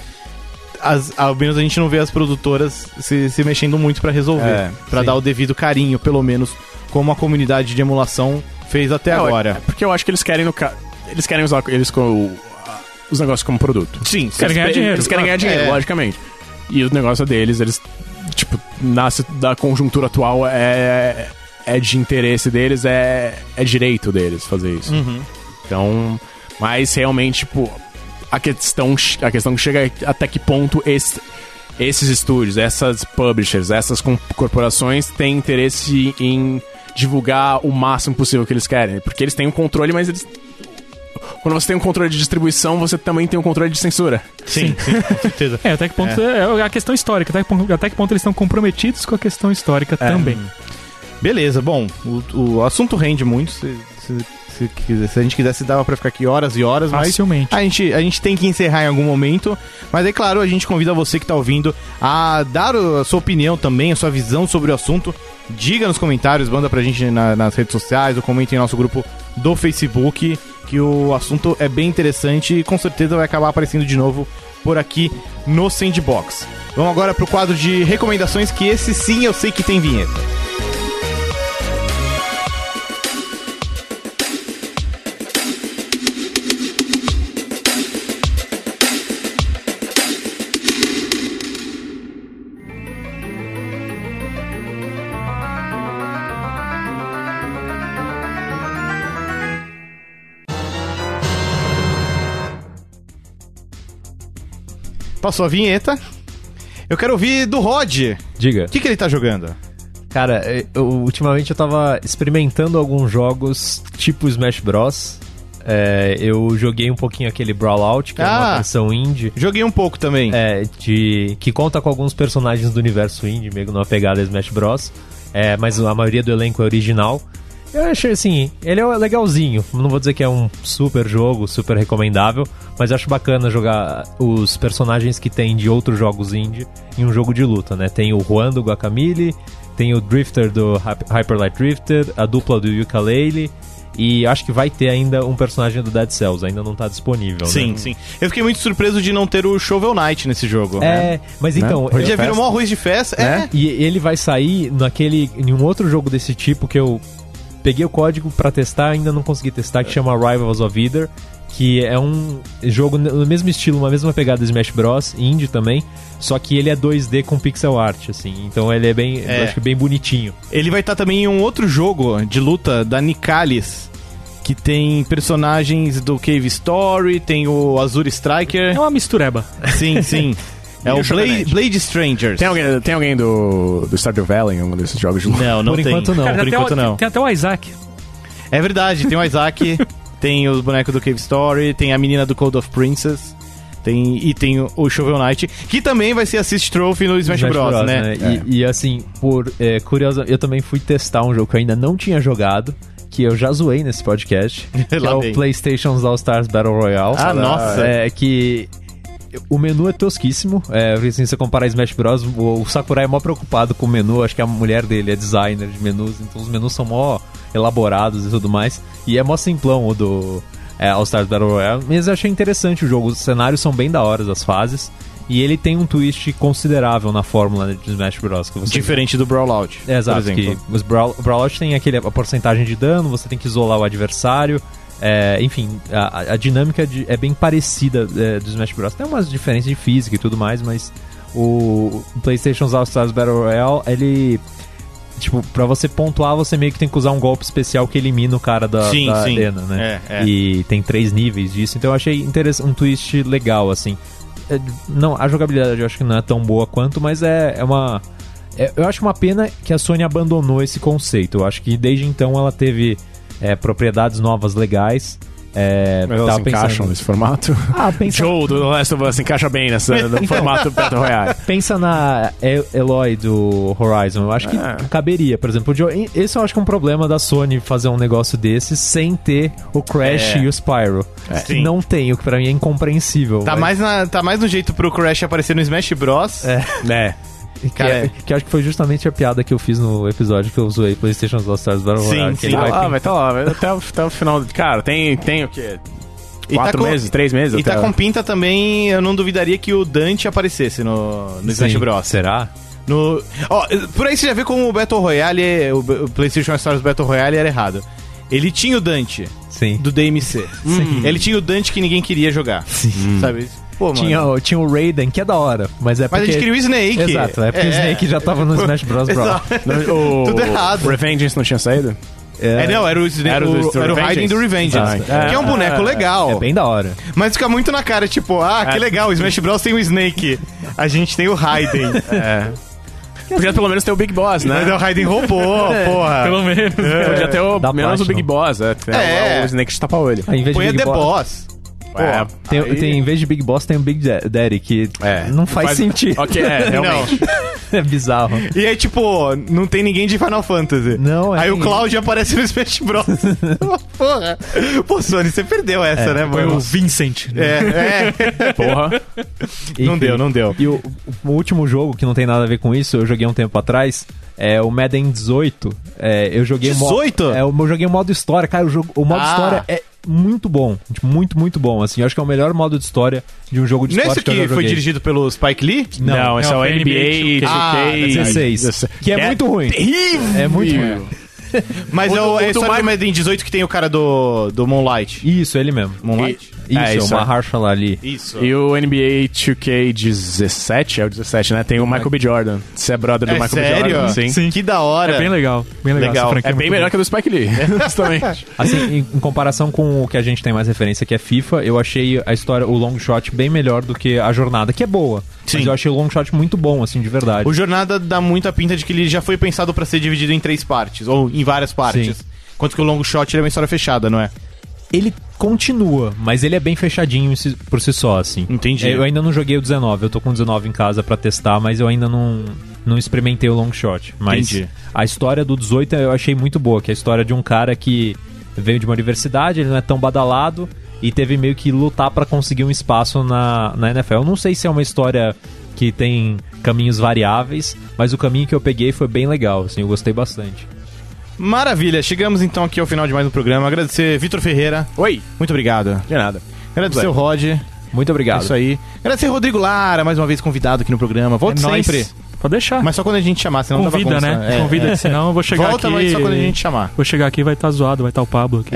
ao menos a gente não vê as produtoras se mexendo muito pra resolver. Pra dar o devido carinho, pelo menos, como a comunidade de emulação fez até agora. Porque eu acho que eles querem eles querem usar os negócios como produto. Sim. Eles querem ganhar dinheiro. Eles querem ganhar dinheiro, logicamente. E o negócio deles, eles, tipo, nasce da conjuntura atual, é de interesse deles, é direito deles fazer isso. Então, mas realmente, tipo, a questão que chega até que ponto esses estúdios, essas publishers, essas corporações têm interesse em divulgar o máximo possível que eles querem. Porque eles têm um controle, mas eles... quando você tem um controle de distribuição, você também tem um controle de censura. Sim, com certeza. Até que ponto é a questão histórica, até que ponto eles estão comprometidos com a questão histórica também. Beleza, bom, o assunto rende muito, se a gente quisesse dava pra ficar aqui horas e horas, mas facilmente. A gente tem que encerrar em algum momento, mas aí claro, a gente convida você que tá ouvindo a dar a sua opinião também, a sua visão sobre o assunto. Diga nos comentários, manda pra gente nas redes sociais ou comente em nosso grupo do Facebook, que o assunto é bem interessante e com certeza vai acabar aparecendo de novo por aqui no Sandbox. Vamos agora pro quadro de recomendações, que esse sim eu sei que tem vinheta. Passou a vinheta. Eu quero ouvir do Rod. Diga. O que ele tá jogando? Cara, ultimamente eu tava experimentando alguns jogos tipo Smash Bros. Eu joguei um pouquinho aquele Brawlout, que é uma versão indie. Joguei um pouco também. Que conta com alguns personagens do universo indie, meio numa pegada Smash Bros. Mas a maioria do elenco é original. Eu achei assim, ele é legalzinho. Não vou dizer que é um super jogo, super recomendável, mas eu acho bacana jogar os personagens que tem de outros jogos indie em um jogo de luta, né? Tem o Juan do Guacamelee, tem o Drifter do Hyper Light Drifter, a dupla do Yooka-Laylee, e acho que vai ter ainda um personagem do Dead Cells, ainda não tá disponível, sim, né? Sim. Eu fiquei muito surpreso de não ter o Shovel Knight nesse jogo. Mas então... Ele já virou um arroz de festa, E ele vai sair em um outro jogo desse tipo que eu peguei o código pra testar, ainda não consegui testar, que chama Rivals of Either, que é um jogo no mesmo estilo, uma mesma pegada Smash Bros, indie também, só que ele é 2D com pixel art, assim, então ele é bem, eu acho que bem bonitinho. Ele vai estar também em um outro jogo de luta da Nicalis, que tem personagens do Cave Story, tem o Azure Striker. É uma mistureba. Sim, sim. É o Blade Strangers. Tem alguém do Stardew Valley em um desses jogos de luta? Não Por tem. Enquanto não. Cara, Por enquanto não. Tem até o Isaac. É verdade, tem o Isaac, tem os bonecos do Cave Story, tem a menina do Code of Princess, tem o Shovel Knight, que também vai ser Assist Trophy no Smash Bros, né? E assim, curioso, eu também fui testar um jogo que eu ainda não tinha jogado, que eu já zoei nesse podcast, que é o PlayStation's All-Stars Battle Royale. Nossa! Que o menu é tosquíssimo, porque assim, se você comparar Smash Bros, o Sakurai é mó preocupado com o menu, acho que a mulher dele é designer de menus, então os menus são mó elaborados e tudo mais, e é mó simplão o do All-Stars Battle Royale, mas eu achei interessante o jogo, os cenários são bem da hora, as fases, e ele tem um twist considerável na fórmula de Smash Bros. Que você diferente do Brawlout, exato, por exemplo. Que o Brawlout tem a porcentagem de dano, você tem que isolar o adversário, enfim, a dinâmica é bem parecida do Smash Bros. Tem umas diferenças de física e tudo mais, mas o PlayStation's All-Stars Battle Royale, ele... Tipo, pra você pontuar, você meio que tem que usar um golpe especial que elimina o cara da arena, né? E tem 3 níveis disso, então eu achei interessante, um twist legal, assim. Não, a jogabilidade eu acho que não é tão boa quanto, mas eu acho uma pena que a Sony abandonou esse conceito. Eu acho que desde então ela teve propriedades novas legais. Mas elas se encaixam nesse formato? Joe do Last of Us se encaixa bem no formato Battle Royale. Pensa na Eloy do Horizon. Eu acho que caberia, por exemplo. Esse eu acho que é um problema da Sony fazer um negócio desse sem ter o Crash e o Spyro. Que não tem, o que pra mim é incompreensível. Tá mais no jeito pro Crash aparecer no Smash Bros. Que acho que foi justamente a piada que eu fiz no episódio que eu usei PlayStation All-Stars Battle Royale. Sim, vai tá lá, até o final. Cara, tem o quê? 4 meses, 3 meses? E tá com pinta também, eu não duvidaria que o Dante aparecesse no Smash Bros. Será? Por aí você já vê como o Battle Royale, o PlayStation All-Stars Battle Royale era errado. Ele tinha o Dante do DMC. Ele tinha o Dante que ninguém queria jogar. Sabe? Pô, tinha o Raiden, que é da hora, mas é porque... Mas a gente queria o Snake. Exato, porque o Snake já tava no Smash Bros. Tudo errado. O Revengeance não tinha saído? Não, era o Snake, era o Raiden do Revengeance, que é um boneco legal. É bem da hora. Mas fica muito na cara, tipo, que legal, o Smash Bros tem o Snake, a gente tem o Raiden. Podia pelo menos ter o Big Boss, né? Mas é o Raiden robô, porra. Pelo menos. Podia ter menos o Big Boss, o Snake de tapa-olho. Põe a The Boss. Tem, em vez de Big Boss, tem o Big Daddy, que não faz sentido. Ok, realmente. É bizarro. E aí, tipo, não tem ninguém de Final Fantasy. Não, Aí o Cloud aparece no Smash Bros. Porra. Pô, Sony, você perdeu essa, né, Foi mano? o Vincent. Porra. Enfim, Não deu. E o último jogo, que não tem nada a ver com isso, eu joguei um tempo atrás, é o Madden 18. Eu joguei 18? Eu joguei o modo história. Cara, o modo história é muito bom. Tipo, muito, muito bom. Assim, eu acho que é o melhor modo de história de um jogo de não esporte que eu já joguei. Não é esse que foi dirigido pelo Spike Lee? Não, esse é o NBA 2K16. Que é muito ruim. Terrível. É muito ruim. Mas é a história do Madden 18 que tem o cara do Moonlight. Isso, ele mesmo. Moonlight? Isso, o Mahershala Ali. Isso. E o NBA 2K17, é o 17, né? Tem o Michael B. Jordan. Você é brother do Michael sério? B. Jordan. Sim. Que da hora. É bem legal. Bem legal. É bem melhor que a do Spike Lee. Justamente. Assim, em comparação com o que a gente tem mais referência, que é FIFA, eu achei a história, o long shot, bem melhor do que a jornada, que é boa. Sim. Mas eu achei o long shot muito bom, assim, de verdade. O Jornada dá muita pinta de que ele já foi pensado pra ser dividido em 3 partes, ou em várias partes. Sim. Enquanto que o long shot ele é uma história fechada, não é? Ele continua, mas ele é bem fechadinho por si só, assim. Entendi. Eu ainda não joguei o 19, eu tô com o 19 em casa pra testar, mas eu ainda não experimentei o long shot. Mas Entendi. A história do 18 eu achei muito boa, que é a história de um cara que veio de uma universidade, ele não é tão badalado, e teve meio que lutar pra conseguir um espaço na NFL. Eu não sei se é uma história que tem caminhos variáveis, mas o caminho que eu peguei foi bem legal, assim, eu gostei bastante. Maravilha, chegamos então aqui ao final de mais um programa. Agradecer Vitor Ferreira. Oi. Muito obrigado. De nada. Agradecer o Rod. Muito obrigado. É isso aí. Agradecer Rodrigo Lara, mais uma vez convidado aqui no programa. Volte sempre. Pode deixar. Mas só quando a gente chamar, senão Convida, dá bagunça. né? Convida, senão eu vou chegar Volta, aqui... mas só quando a gente chamar. Vou chegar aqui e vai estar zoado, vai estar o Pablo aqui.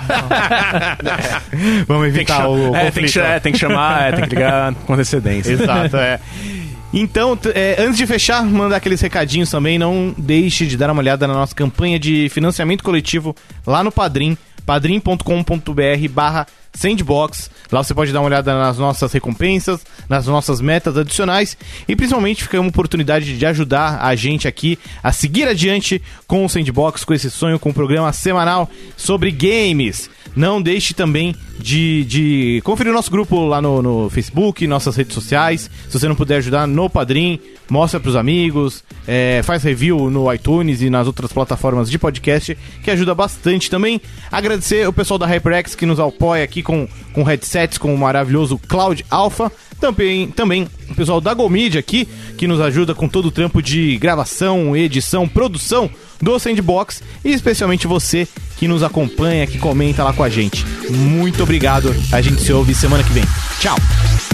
Vamos evitar o conflito. Tem que chamar, tem que ligar com antecedência. Exato, Então, antes de fechar, mandar aqueles recadinhos também, não deixe de dar uma olhada na nossa campanha de financiamento coletivo lá no Padrim, padrim.com.br/Sandbox. Lá você pode dar uma olhada nas nossas recompensas, nas nossas metas adicionais e principalmente fica uma oportunidade de ajudar a gente aqui a seguir adiante com o Sandbox, com esse sonho, com um programa semanal sobre games. Não deixe também de conferir o nosso grupo lá no Facebook, nossas redes sociais. Se você não puder ajudar no Padrim, mostra pros amigos, faz review no iTunes e nas outras plataformas de podcast, que ajuda bastante também. Agradecer o pessoal da HyperX que nos apoia aqui com headsets, com o maravilhoso Cloud Alpha. Também o pessoal da GoMedia aqui, que nos ajuda com todo o trampo de gravação, edição, produção do Sandbox. E especialmente você que nos acompanha, que comenta lá com a gente. Muito obrigado. A gente se ouve semana que vem. Tchau!